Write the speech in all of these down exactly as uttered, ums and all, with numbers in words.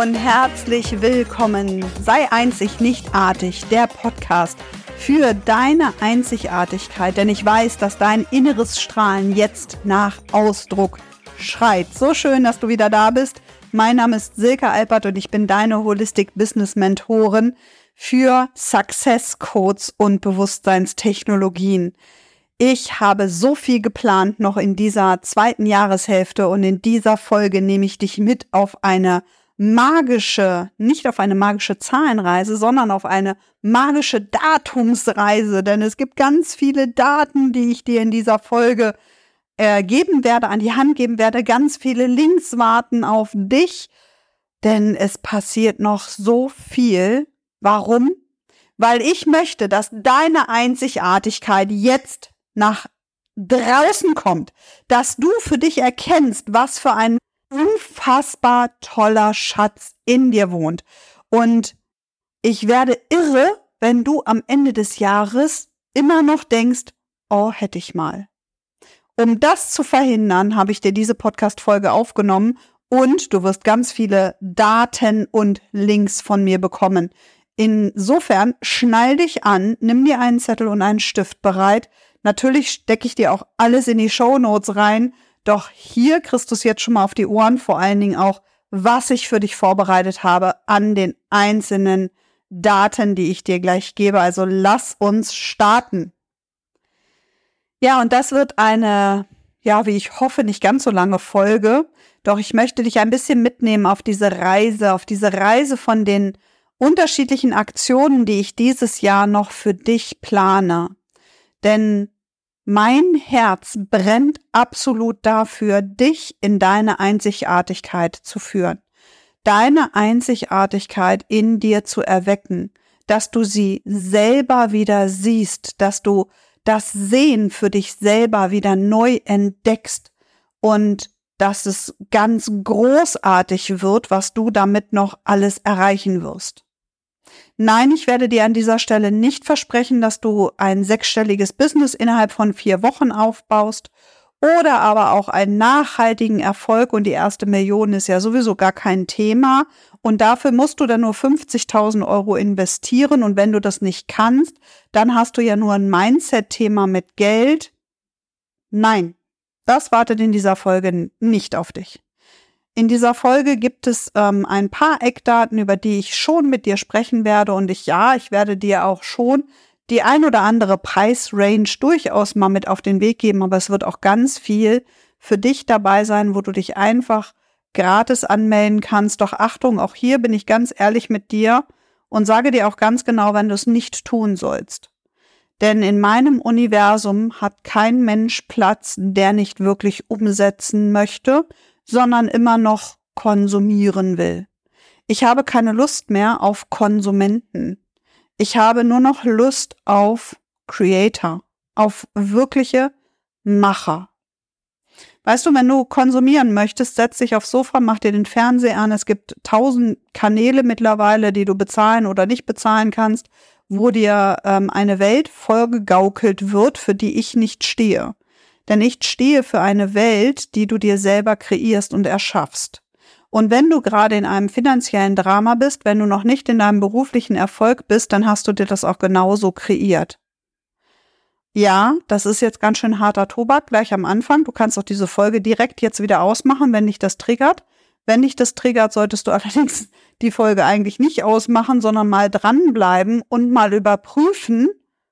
und herzlich willkommen. Sei einzig, nicht artig, der Podcast für deine Einzigartigkeit, denn ich weiß, dass dein inneres Strahlen jetzt nach Ausdruck schreit. So schön, dass du wieder da bist. Mein Name ist Silke Alpert und ich bin deine Holistic Business Mentorin für Success Codes und Bewusstseinstechnologien. Ich habe so viel geplant noch in dieser zweiten Jahreshälfte und in dieser Folge nehme ich dich mit auf eine magische, nicht auf eine magische Zahlenreise, sondern auf eine magische Datumsreise, denn es gibt ganz viele Daten, die ich dir in dieser Folge äh, geben werde, an die Hand geben werde. Ganz viele Links warten auf dich, denn es passiert noch so viel. Warum? Weil ich möchte, dass deine Einzigartigkeit jetzt nach draußen kommt, dass du für dich erkennst, was für ein unfassbar toller Schatz in dir wohnt. Und ich werde irre, wenn du am Ende des Jahres immer noch denkst, oh, hätte ich mal. Um das zu verhindern, habe ich dir diese Podcast-Folge aufgenommen und du wirst ganz viele Daten und Links von mir bekommen. Insofern schnall dich an, nimm dir einen Zettel und einen Stift bereit. Natürlich stecke ich dir auch alles in die Shownotes rein, doch hier kriegst du es jetzt schon mal auf die Ohren, vor allen Dingen auch, was ich für dich vorbereitet habe an den einzelnen Daten, die ich dir gleich gebe. Also lass uns starten. Ja, und das wird eine, ja, wie ich hoffe, nicht ganz so lange Folge, doch ich möchte dich ein bisschen mitnehmen auf diese Reise, auf diese Reise von den unterschiedlichen Aktionen, die ich dieses Jahr noch für dich plane. Denn mein Herz brennt absolut dafür, dich in deine Einzigartigkeit zu führen, deine Einzigartigkeit in dir zu erwecken, dass du sie selber wieder siehst, dass du das Sehen für dich selber wieder neu entdeckst und dass es ganz großartig wird, was du damit noch alles erreichen wirst. Nein, ich werde dir an dieser Stelle nicht versprechen, dass du ein sechsstelliges Business innerhalb von vier Wochen aufbaust oder aber auch einen nachhaltigen Erfolg und die erste Million ist ja sowieso gar kein Thema und dafür musst du dann nur fünfzigtausend Euro investieren und wenn du das nicht kannst, dann hast du ja nur ein Mindset-Thema mit Geld. Nein, das wartet in dieser Folge nicht auf dich. In dieser Folge gibt es ähm, ein paar Eckdaten, über die ich schon mit dir sprechen werde und ich, ja, ich werde dir auch schon die ein oder andere Preisrange durchaus mal mit auf den Weg geben, aber es wird auch ganz viel für dich dabei sein, wo du dich einfach gratis anmelden kannst. Doch Achtung, auch hier bin ich ganz ehrlich mit dir und sage dir auch ganz genau, wenn du es nicht tun sollst. Denn in meinem Universum hat kein Mensch Platz, der nicht wirklich umsetzen möchte, sondern immer noch konsumieren will. Ich habe keine Lust mehr auf Konsumenten. Ich habe nur noch Lust auf Creator, auf wirkliche Macher. Weißt du, wenn du konsumieren möchtest, setz dich aufs Sofa, mach dir den Fernseher an. Es gibt tausend Kanäle mittlerweile, die du bezahlen oder nicht bezahlen kannst, wo dir ähm, eine Welt vorgegaukelt wird, für die ich nicht stehe. Denn ich stehe für eine Welt, die du dir selber kreierst und erschaffst. Und wenn du gerade in einem finanziellen Drama bist, wenn du noch nicht in deinem beruflichen Erfolg bist, dann hast du dir das auch genauso kreiert. Ja, das ist jetzt ganz schön harter Tobak gleich am Anfang. Du kannst auch diese Folge direkt jetzt wieder ausmachen, wenn dich das triggert. Wenn dich das triggert, solltest du allerdings die Folge eigentlich nicht ausmachen, sondern mal dranbleiben und mal überprüfen,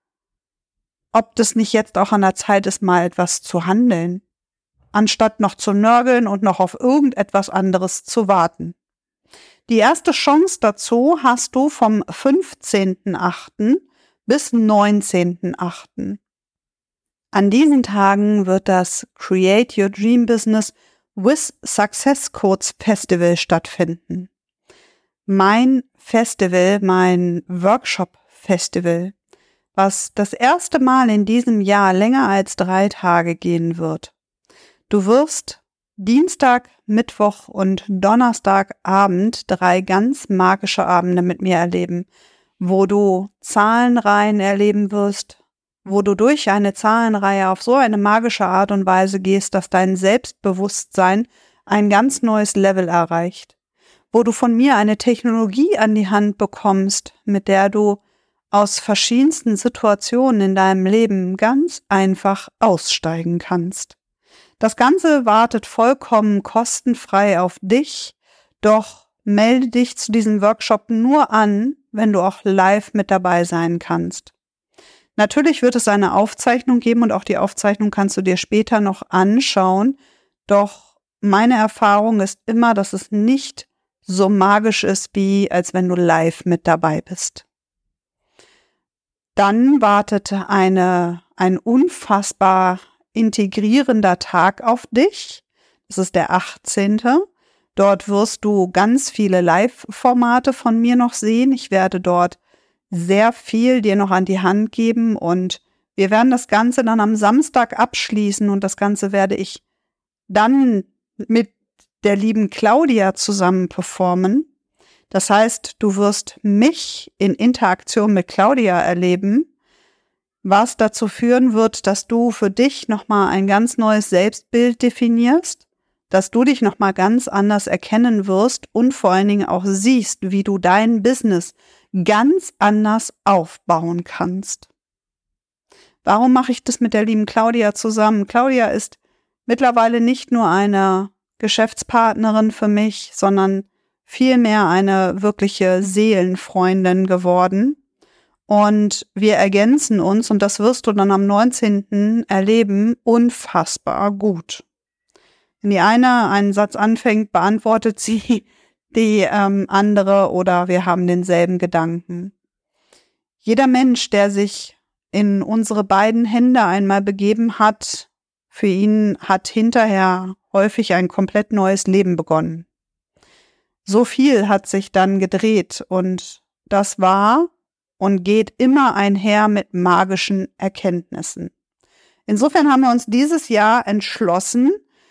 ob das nicht jetzt auch an der Zeit ist, mal etwas zu handeln, anstatt noch zu nörgeln und noch auf irgendetwas anderes zu warten. Die erste Chance dazu hast du vom fünfzehnten achten bis neunzehnten achten An diesen Tagen wird das Create Your Dream Business with Success Codes Festival stattfinden. Mein Festival, mein Workshop-Festival, was das erste Mal in diesem Jahr länger als drei Tage gehen wird. Du wirst Dienstag, Mittwoch und Donnerstagabend drei ganz magische Abende mit mir erleben, wo du Zahlenreihen erleben wirst, wo du durch eine Zahlenreihe auf so eine magische Art und Weise gehst, dass dein Selbstbewusstsein ein ganz neues Level erreicht, wo du von mir eine Technologie an die Hand bekommst, mit der du aus verschiedensten Situationen in deinem Leben ganz einfach aussteigen kannst. Das Ganze wartet vollkommen kostenfrei auf dich, doch melde dich zu diesem Workshop nur an, wenn du auch live mit dabei sein kannst. Natürlich wird es eine Aufzeichnung geben und auch die Aufzeichnung kannst du dir später noch anschauen, doch meine Erfahrung ist immer, dass es nicht so magisch ist, wie als wenn du live mit dabei bist. Dann wartet eine, ein unfassbar integrierender Tag auf dich. Das ist der achtzehnte Dort wirst du ganz viele Live-Formate von mir noch sehen. Ich werde dort sehr viel dir noch an die Hand geben und wir werden das Ganze dann am Samstag abschließen und das Ganze werde ich dann mit der lieben Claudia zusammen performen. Das heißt, du wirst mich in Interaktion mit Claudia erleben, was dazu führen wird, dass du für dich nochmal ein ganz neues Selbstbild definierst, dass du dich nochmal ganz anders erkennen wirst und vor allen Dingen auch siehst, wie du dein Business ganz anders aufbauen kannst. Warum mache ich das mit der lieben Claudia zusammen? Claudia ist mittlerweile nicht nur eine Geschäftspartnerin für mich, sondern vielmehr eine wirkliche Seelenfreundin geworden. Und wir ergänzen uns, und das wirst du dann am neunzehnten erleben, unfassbar gut. Wenn die eine einen Satz anfängt, beantwortet sie die ähm, andere oder wir haben denselben Gedanken. Jeder Mensch, der sich in unsere beiden Hände einmal begeben hat, für ihn hat hinterher häufig ein komplett neues Leben begonnen. So viel hat sich dann gedreht und das war und geht immer einher mit magischen Erkenntnissen. Insofern haben wir uns dieses Jahr entschlossen,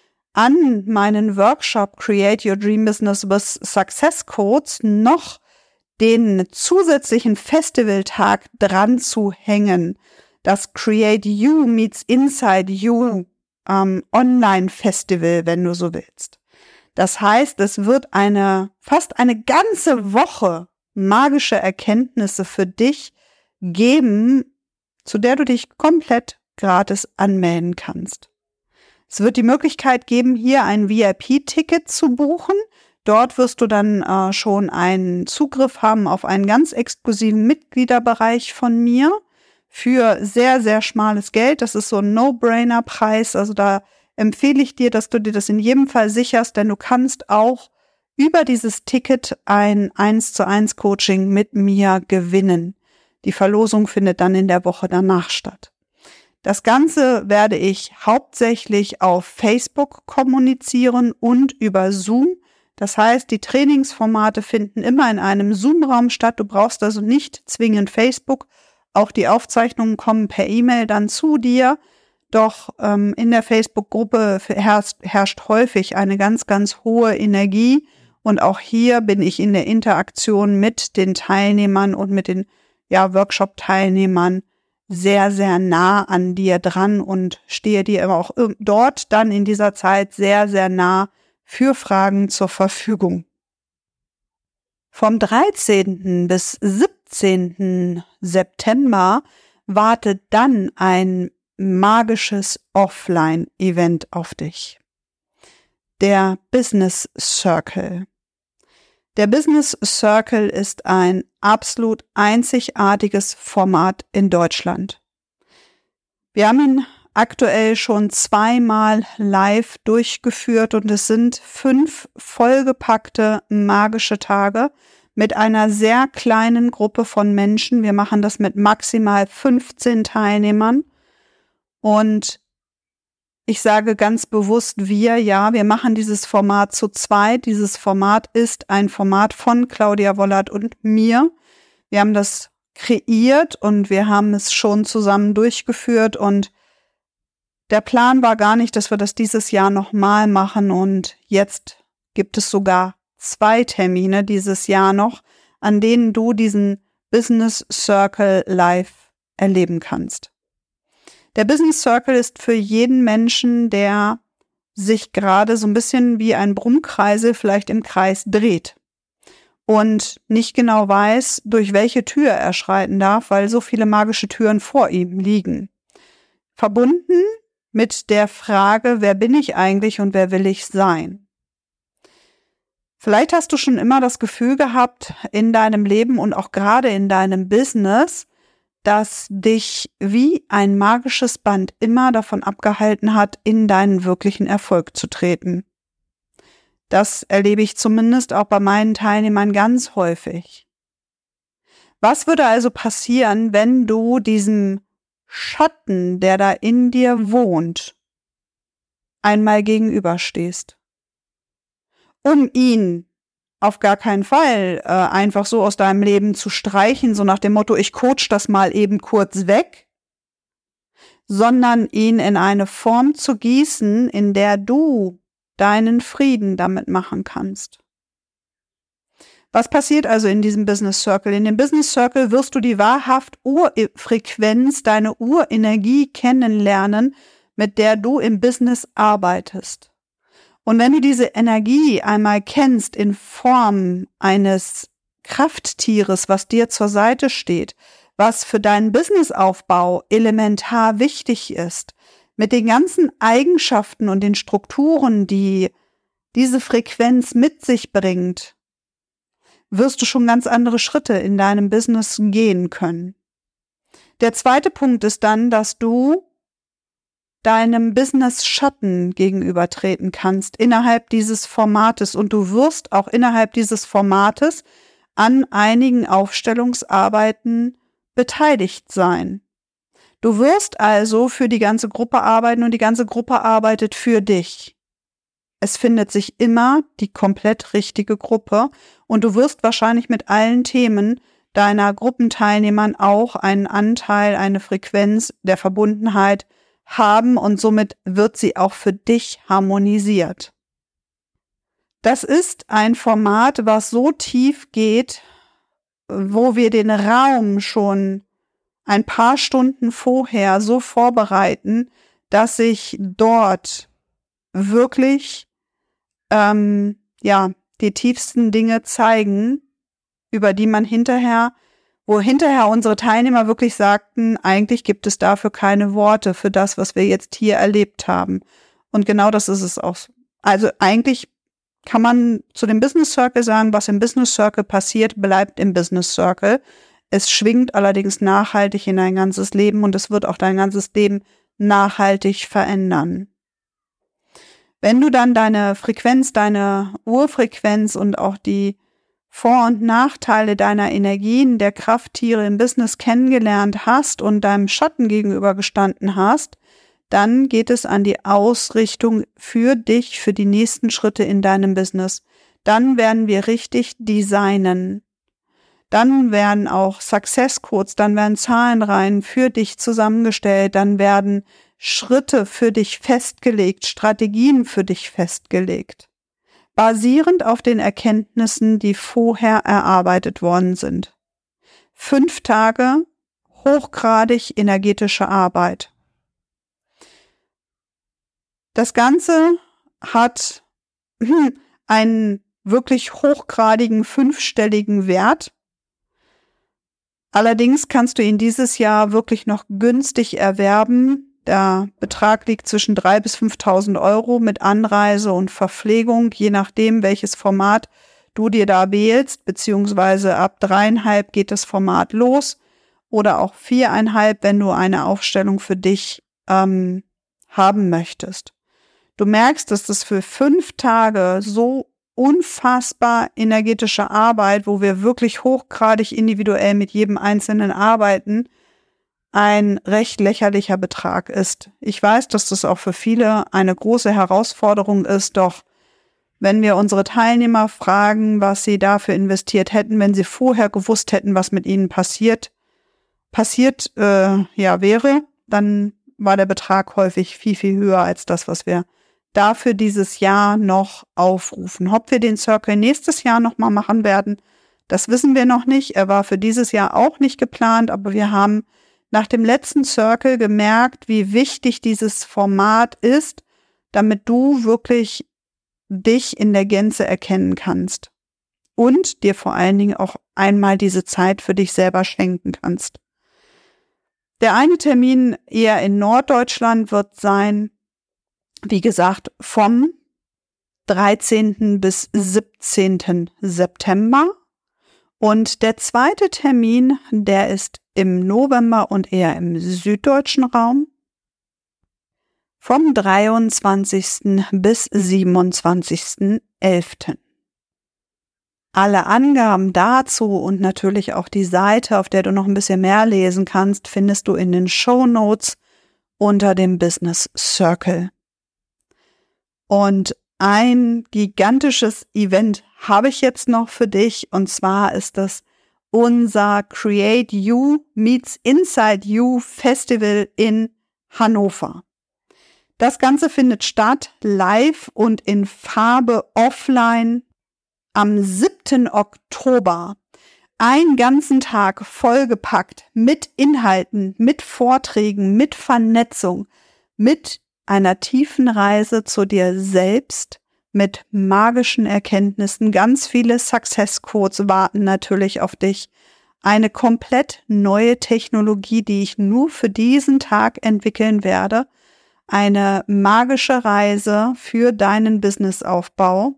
an meinen Workshop Create Your Dream Business with Success Codes noch den zusätzlichen Festivaltag dran zu hängen. Das Create You meets Inside You ähm, Online-Festival, wenn du so willst. Das heißt, es wird eine fast eine ganze Woche magische Erkenntnisse für dich geben, zu der du dich komplett gratis anmelden kannst. Es wird die Möglichkeit geben, hier ein V I P-Ticket zu buchen. Dort wirst du dann äh, schon einen Zugriff haben auf einen ganz exklusiven Mitgliederbereich von mir für sehr, sehr schmales Geld. Das ist so ein No-Brainer-Preis. Also da empfehle ich dir, dass du dir das in jedem Fall sicherst, denn du kannst auch über dieses Ticket ein eins zu eins Coaching mit mir gewinnen. Die Verlosung findet dann in der Woche danach statt. Das Ganze werde ich hauptsächlich auf Facebook kommunizieren und über Zoom. Das heißt, die Trainingsformate finden immer in einem Zoom-Raum statt. Du brauchst also nicht zwingend Facebook. Auch die Aufzeichnungen kommen per E-Mail dann zu dir. Doch ähm, in der Facebook-Gruppe herrscht, herrscht häufig eine ganz, ganz hohe Energie. Und auch hier bin ich in der Interaktion mit den Teilnehmern und mit den ja, Workshop-Teilnehmern sehr, sehr nah an dir dran und stehe dir aber auch dort dann in dieser Zeit sehr, sehr nah für Fragen zur Verfügung. Vom dreizehnten bis siebzehnten September wartet dann ein magisches Offline-Event auf dich. Der Business Circle. Der Business Circle ist ein absolut einzigartiges Format in Deutschland. Wir haben ihn aktuell schon zweimal live durchgeführt und es sind fünf vollgepackte magische Tage mit einer sehr kleinen Gruppe von Menschen. Wir machen das mit maximal fünfzehn Teilnehmern und ich sage ganz bewusst wir, ja, wir machen dieses Format zu zweit. Dieses Format ist ein Format von Claudia Wollert und mir. Wir haben das kreiert und wir haben es schon zusammen durchgeführt und der Plan war gar nicht, dass wir das dieses Jahr nochmal machen und jetzt gibt es sogar zwei Termine dieses Jahr noch, an denen du diesen Business Circle live erleben kannst. Der Business Circle ist für jeden Menschen, der sich gerade so ein bisschen wie ein Brummkreisel vielleicht im Kreis dreht. und nicht genau weiß, durch welche Tür er schreiten darf, weil so viele magische Türen vor ihm liegen. Verbunden mit der Frage, wer bin ich eigentlich und wer will ich sein? Vielleicht hast du schon immer das Gefühl gehabt in deinem Leben und auch gerade in deinem Business, dass dich wie ein magisches Band immer davon abgehalten hat, in deinen wirklichen Erfolg zu treten. Das erlebe ich zumindest auch bei meinen Teilnehmern ganz häufig. Was würde also passieren, wenn du diesem Schatten, der da in dir wohnt, einmal gegenüberstehst? Um ihn auf gar keinen Fall äh, einfach so aus deinem Leben zu streichen, so nach dem Motto, ich coach das mal eben kurz weg, sondern ihn in eine Form zu gießen, in der du deinen Frieden damit machen kannst. Was passiert also in diesem Business Circle? In dem Business Circle wirst du die wahrhaft Urfrequenz, deine Urenergie kennenlernen, mit der du im Business arbeitest. Und wenn du diese Energie einmal kennst in Form eines Krafttieres, was dir zur Seite steht, was für deinen Businessaufbau elementar wichtig ist, mit den ganzen Eigenschaften und den Strukturen, die diese Frequenz mit sich bringt, wirst du schon ganz andere Schritte in deinem Business gehen können. Der zweite Punkt ist dann, dass du deinem Business-Schatten gegenübertreten kannst innerhalb dieses Formates und du wirst auch innerhalb dieses Formates an einigen Aufstellungsarbeiten beteiligt sein. Du wirst also für die ganze Gruppe arbeiten und die ganze Gruppe arbeitet für dich. Es findet sich immer die komplett richtige Gruppe und du wirst wahrscheinlich mit allen Themen deiner Gruppenteilnehmern auch einen Anteil, eine Frequenz der Verbundenheit haben und somit wird sie auch für dich harmonisiert. Das ist ein Format, was so tief geht, wo wir den Raum schon ein paar Stunden vorher so vorbereiten, dass sich dort wirklich ähm, ja die tiefsten Dinge zeigen, über die man hinterher, wo hinterher unsere Teilnehmer wirklich sagten, eigentlich gibt es dafür keine Worte für das, was wir jetzt hier erlebt haben. Und genau das ist es auch. Also eigentlich kann man zu dem Business Circle sagen, was im Business Circle passiert, bleibt im Business Circle. Es schwingt allerdings nachhaltig in dein ganzes Leben und es wird auch dein ganzes Leben nachhaltig verändern. Wenn du dann deine Frequenz, deine Urfrequenz und auch die Vor- und Nachteile deiner Energien, der Krafttiere im Business kennengelernt hast und deinem Schatten gegenübergestanden hast, dann geht es an die Ausrichtung für dich, für die nächsten Schritte in deinem Business. Dann werden wir richtig designen. Dann werden auch Success Codes, dann werden Zahlenreihen für dich zusammengestellt, dann werden Schritte für dich festgelegt, Strategien für dich festgelegt, basierend auf den Erkenntnissen, die vorher erarbeitet worden sind. Fünf Tage hochgradig energetische Arbeit. Das Ganze hat hm, einen wirklich hochgradigen fünfstelligen Wert. Allerdings kannst du ihn dieses Jahr wirklich noch günstig erwerben. Der Betrag liegt zwischen dreitausend bis fünftausend Euro mit Anreise und Verpflegung, je nachdem, welches Format du dir da wählst, beziehungsweise ab dreieinhalb geht das Format los oder auch viereinhalb, wenn du eine Aufstellung für dich ähm, haben möchtest. Du merkst, dass das für fünf Tage so unfassbar energetische Arbeit, wo wir wirklich hochgradig individuell mit jedem Einzelnen arbeiten, ein recht lächerlicher Betrag ist. Ich weiß, dass das auch für viele eine große Herausforderung ist, doch wenn wir unsere Teilnehmer fragen, was sie dafür investiert hätten, wenn sie vorher gewusst hätten, was mit ihnen passiert, passiert äh, ja wäre, dann war der Betrag häufig viel, viel höher als das, was wir dafür dieses Jahr noch aufrufen. Ob wir den Circle nächstes Jahr nochmal machen werden, das wissen wir noch nicht. Er war für dieses Jahr auch nicht geplant, aber wir haben nach dem letzten Circle gemerkt, wie wichtig dieses Format ist, damit du wirklich dich in der Gänze erkennen kannst. und dir vor allen Dingen auch einmal diese Zeit für dich selber schenken kannst. Der eine Termin eher in Norddeutschland wird sein, wie gesagt, vom dreizehnten bis siebzehnten September. Und der zweite Termin, der ist im November und eher im süddeutschen Raum, vom dreiundzwanzigsten bis siebenundzwanzigsten elften Alle Angaben dazu und natürlich auch die Seite, auf der du noch ein bisschen mehr lesen kannst, findest du in den Shownotes unter dem Business Circle. Und ein gigantisches Event habe ich jetzt noch für dich, und zwar ist das unser Create You Meets Inside You Festival in Hannover. Das Ganze findet statt live und in Farbe offline am siebten Oktober. Einen ganzen Tag vollgepackt mit Inhalten, mit Vorträgen, mit Vernetzung, mit einer tiefen Reise zu dir selbst, mit magischen Erkenntnissen. Ganz viele Success Codes warten natürlich auf dich. Eine komplett neue Technologie, die ich nur für diesen Tag entwickeln werde. Eine magische Reise für deinen Businessaufbau.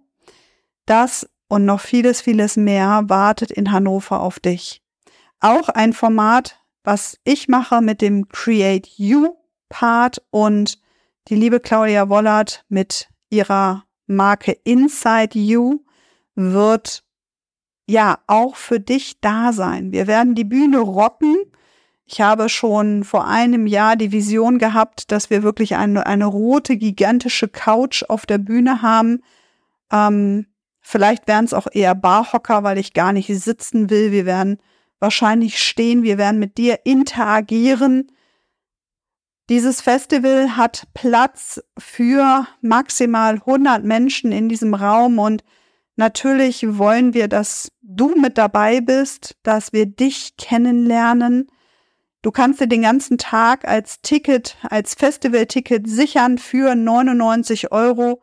Das und noch vieles, vieles mehr wartet in Hannover auf dich. Auch ein Format, was ich mache mit dem Create You Part, und die liebe Claudia Wollert mit ihrer Marke Inside You wird ja auch für dich da sein. Wir werden die Bühne rocken. Ich habe schon vor einem Jahr die Vision gehabt, dass wir wirklich eine, eine rote, gigantische Couch auf der Bühne haben. Ähm, vielleicht werden es auch eher Barhocker, weil ich gar nicht sitzen will. Wir werden wahrscheinlich stehen. Wir werden mit dir interagieren. Dieses Festival hat Platz für maximal hundert Menschen in diesem Raum, und natürlich wollen wir, dass du mit dabei bist, dass wir dich kennenlernen. Du kannst dir den ganzen Tag als Ticket, als Festivalticket sichern für neunundneunzig Euro.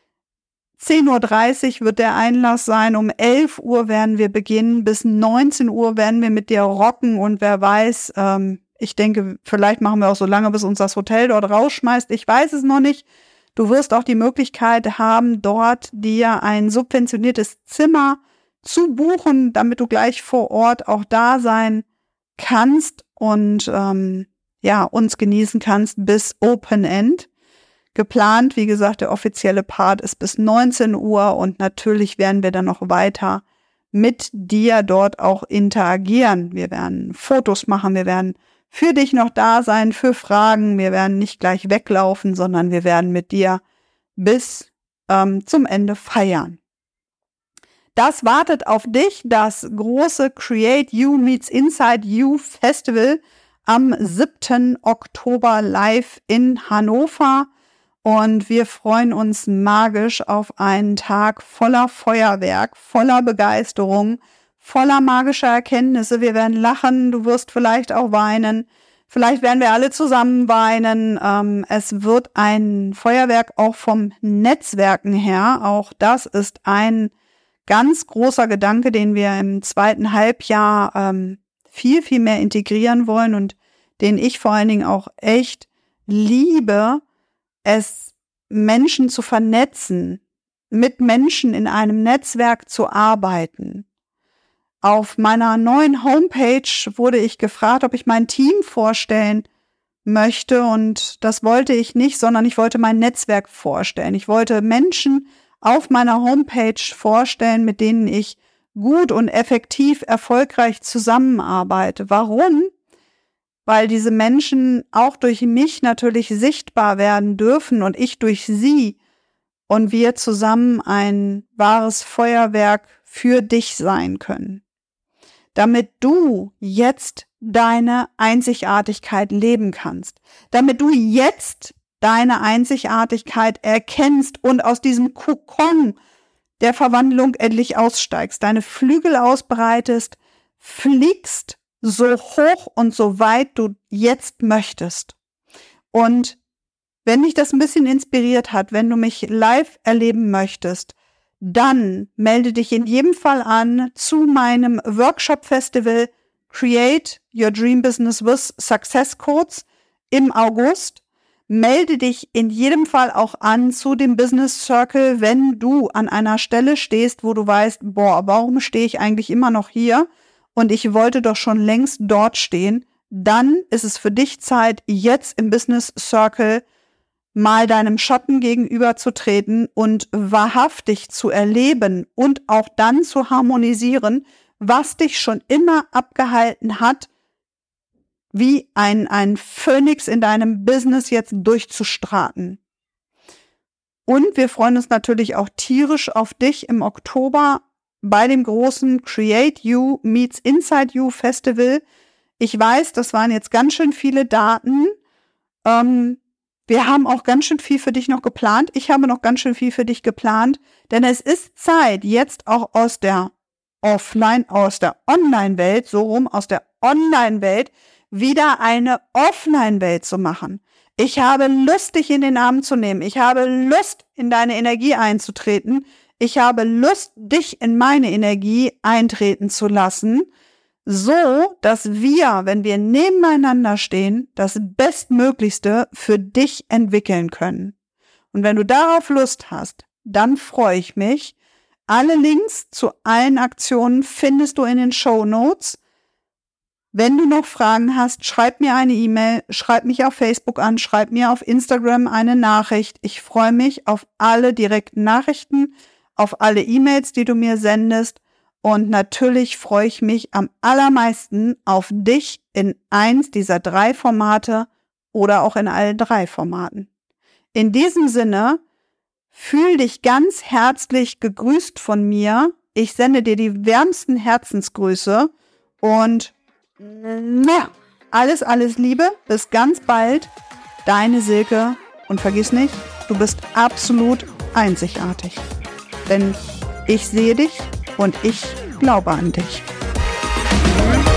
zehn Uhr dreißig wird der Einlass sein, um elf Uhr werden wir beginnen, bis neunzehn Uhr werden wir mit dir rocken, und wer weiß, ähm, ich denke, vielleicht machen wir auch so lange, bis uns das Hotel dort rausschmeißt. Ich weiß es noch nicht. Du wirst auch die Möglichkeit haben, dort dir ein subventioniertes Zimmer zu buchen, damit du gleich vor Ort auch da sein kannst und ähm, ja uns genießen kannst bis Open End. Geplant, wie gesagt, der offizielle Part ist bis neunzehn Uhr, und natürlich werden wir dann noch weiter mit dir dort auch interagieren. Wir werden Fotos machen, wir werden für dich noch da sein, für Fragen. Wir werden nicht gleich weglaufen, sondern wir werden mit dir bis ähm, zum Ende feiern. Das wartet auf dich, das große Create You Meets Inside You Festival am siebten Oktober live in Hannover. Und wir freuen uns magisch auf einen Tag voller Feuerwerk, voller Begeisterung, voller magischer Erkenntnisse. Wir werden lachen, du wirst vielleicht auch weinen. Vielleicht werden wir alle zusammen weinen. Ähm, es wird ein Feuerwerk auch vom Netzwerken her. Auch das ist ein ganz großer Gedanke, den wir im zweiten Halbjahr ähm, viel, viel mehr integrieren wollen und den ich vor allen Dingen auch echt liebe, es Menschen zu vernetzen, mit Menschen in einem Netzwerk zu arbeiten. Auf meiner neuen Homepage wurde ich gefragt, ob ich mein Team vorstellen möchte, und das wollte ich nicht, sondern ich wollte mein Netzwerk vorstellen. Ich wollte Menschen auf meiner Homepage vorstellen, mit denen ich gut und effektiv, erfolgreich zusammenarbeite. Warum? Weil diese Menschen auch durch mich natürlich sichtbar werden dürfen und ich durch sie, und wir zusammen ein wahres Feuerwerk für dich sein können. Damit du jetzt deine Einzigartigkeit leben kannst, damit du jetzt deine Einzigartigkeit erkennst und aus diesem Kokon der Verwandlung endlich aussteigst, deine Flügel ausbreitest, fliegst so hoch und so weit du jetzt möchtest. Und wenn dich das ein bisschen inspiriert hat, wenn du mich live erleben möchtest, dann melde dich in jedem Fall an zu meinem Workshop-Festival Create Your Dream Business with Success Codes im August. Melde dich in jedem Fall auch an zu dem Business Circle, wenn du an einer Stelle stehst, wo du weißt, boah, warum stehe ich eigentlich immer noch hier und ich wollte doch schon längst dort stehen. Dann ist es für dich Zeit, jetzt im Business Circle mal deinem Schatten gegenüberzutreten und wahrhaftig zu erleben und auch dann zu harmonisieren, was dich schon immer abgehalten hat, wie ein, ein Phönix in deinem Business jetzt durchzustraten. Und wir freuen uns natürlich auch tierisch auf dich im Oktober bei dem großen Create You Meets Inside You Festival. Ich weiß, das waren jetzt ganz schön viele Daten. Ähm, wir haben auch ganz schön viel für dich noch geplant. Ich habe noch ganz schön viel für dich geplant, denn es ist Zeit, jetzt auch aus der Offline, aus der Online-Welt, so rum, aus der Online-Welt, wieder eine Offline-Welt zu machen. Ich habe Lust, dich in den Arm zu nehmen. Ich habe Lust, in deine Energie einzutreten. Ich habe Lust, dich in meine Energie eintreten zu lassen, so dass wir, wenn wir nebeneinander stehen, das Bestmöglichste für dich entwickeln können. Und wenn du darauf Lust hast, dann freue ich mich. Alle Links zu allen Aktionen findest du in den Shownotes. Wenn du noch Fragen hast, schreib mir eine E-Mail, schreib mich auf Facebook an, schreib mir auf Instagram eine Nachricht. Ich freue mich auf alle direkten Nachrichten, auf alle E-Mails, die du mir sendest. Und natürlich freue ich mich am allermeisten auf dich in eins dieser drei Formate oder auch in allen drei Formaten. In diesem Sinne, fühl dich ganz herzlich gegrüßt von mir. Ich sende dir die wärmsten Herzensgrüße und ja, alles, alles Liebe, bis ganz bald, deine Silke und vergiss nicht, du bist absolut einzigartig, denn ich sehe dich und ich glaube an dich.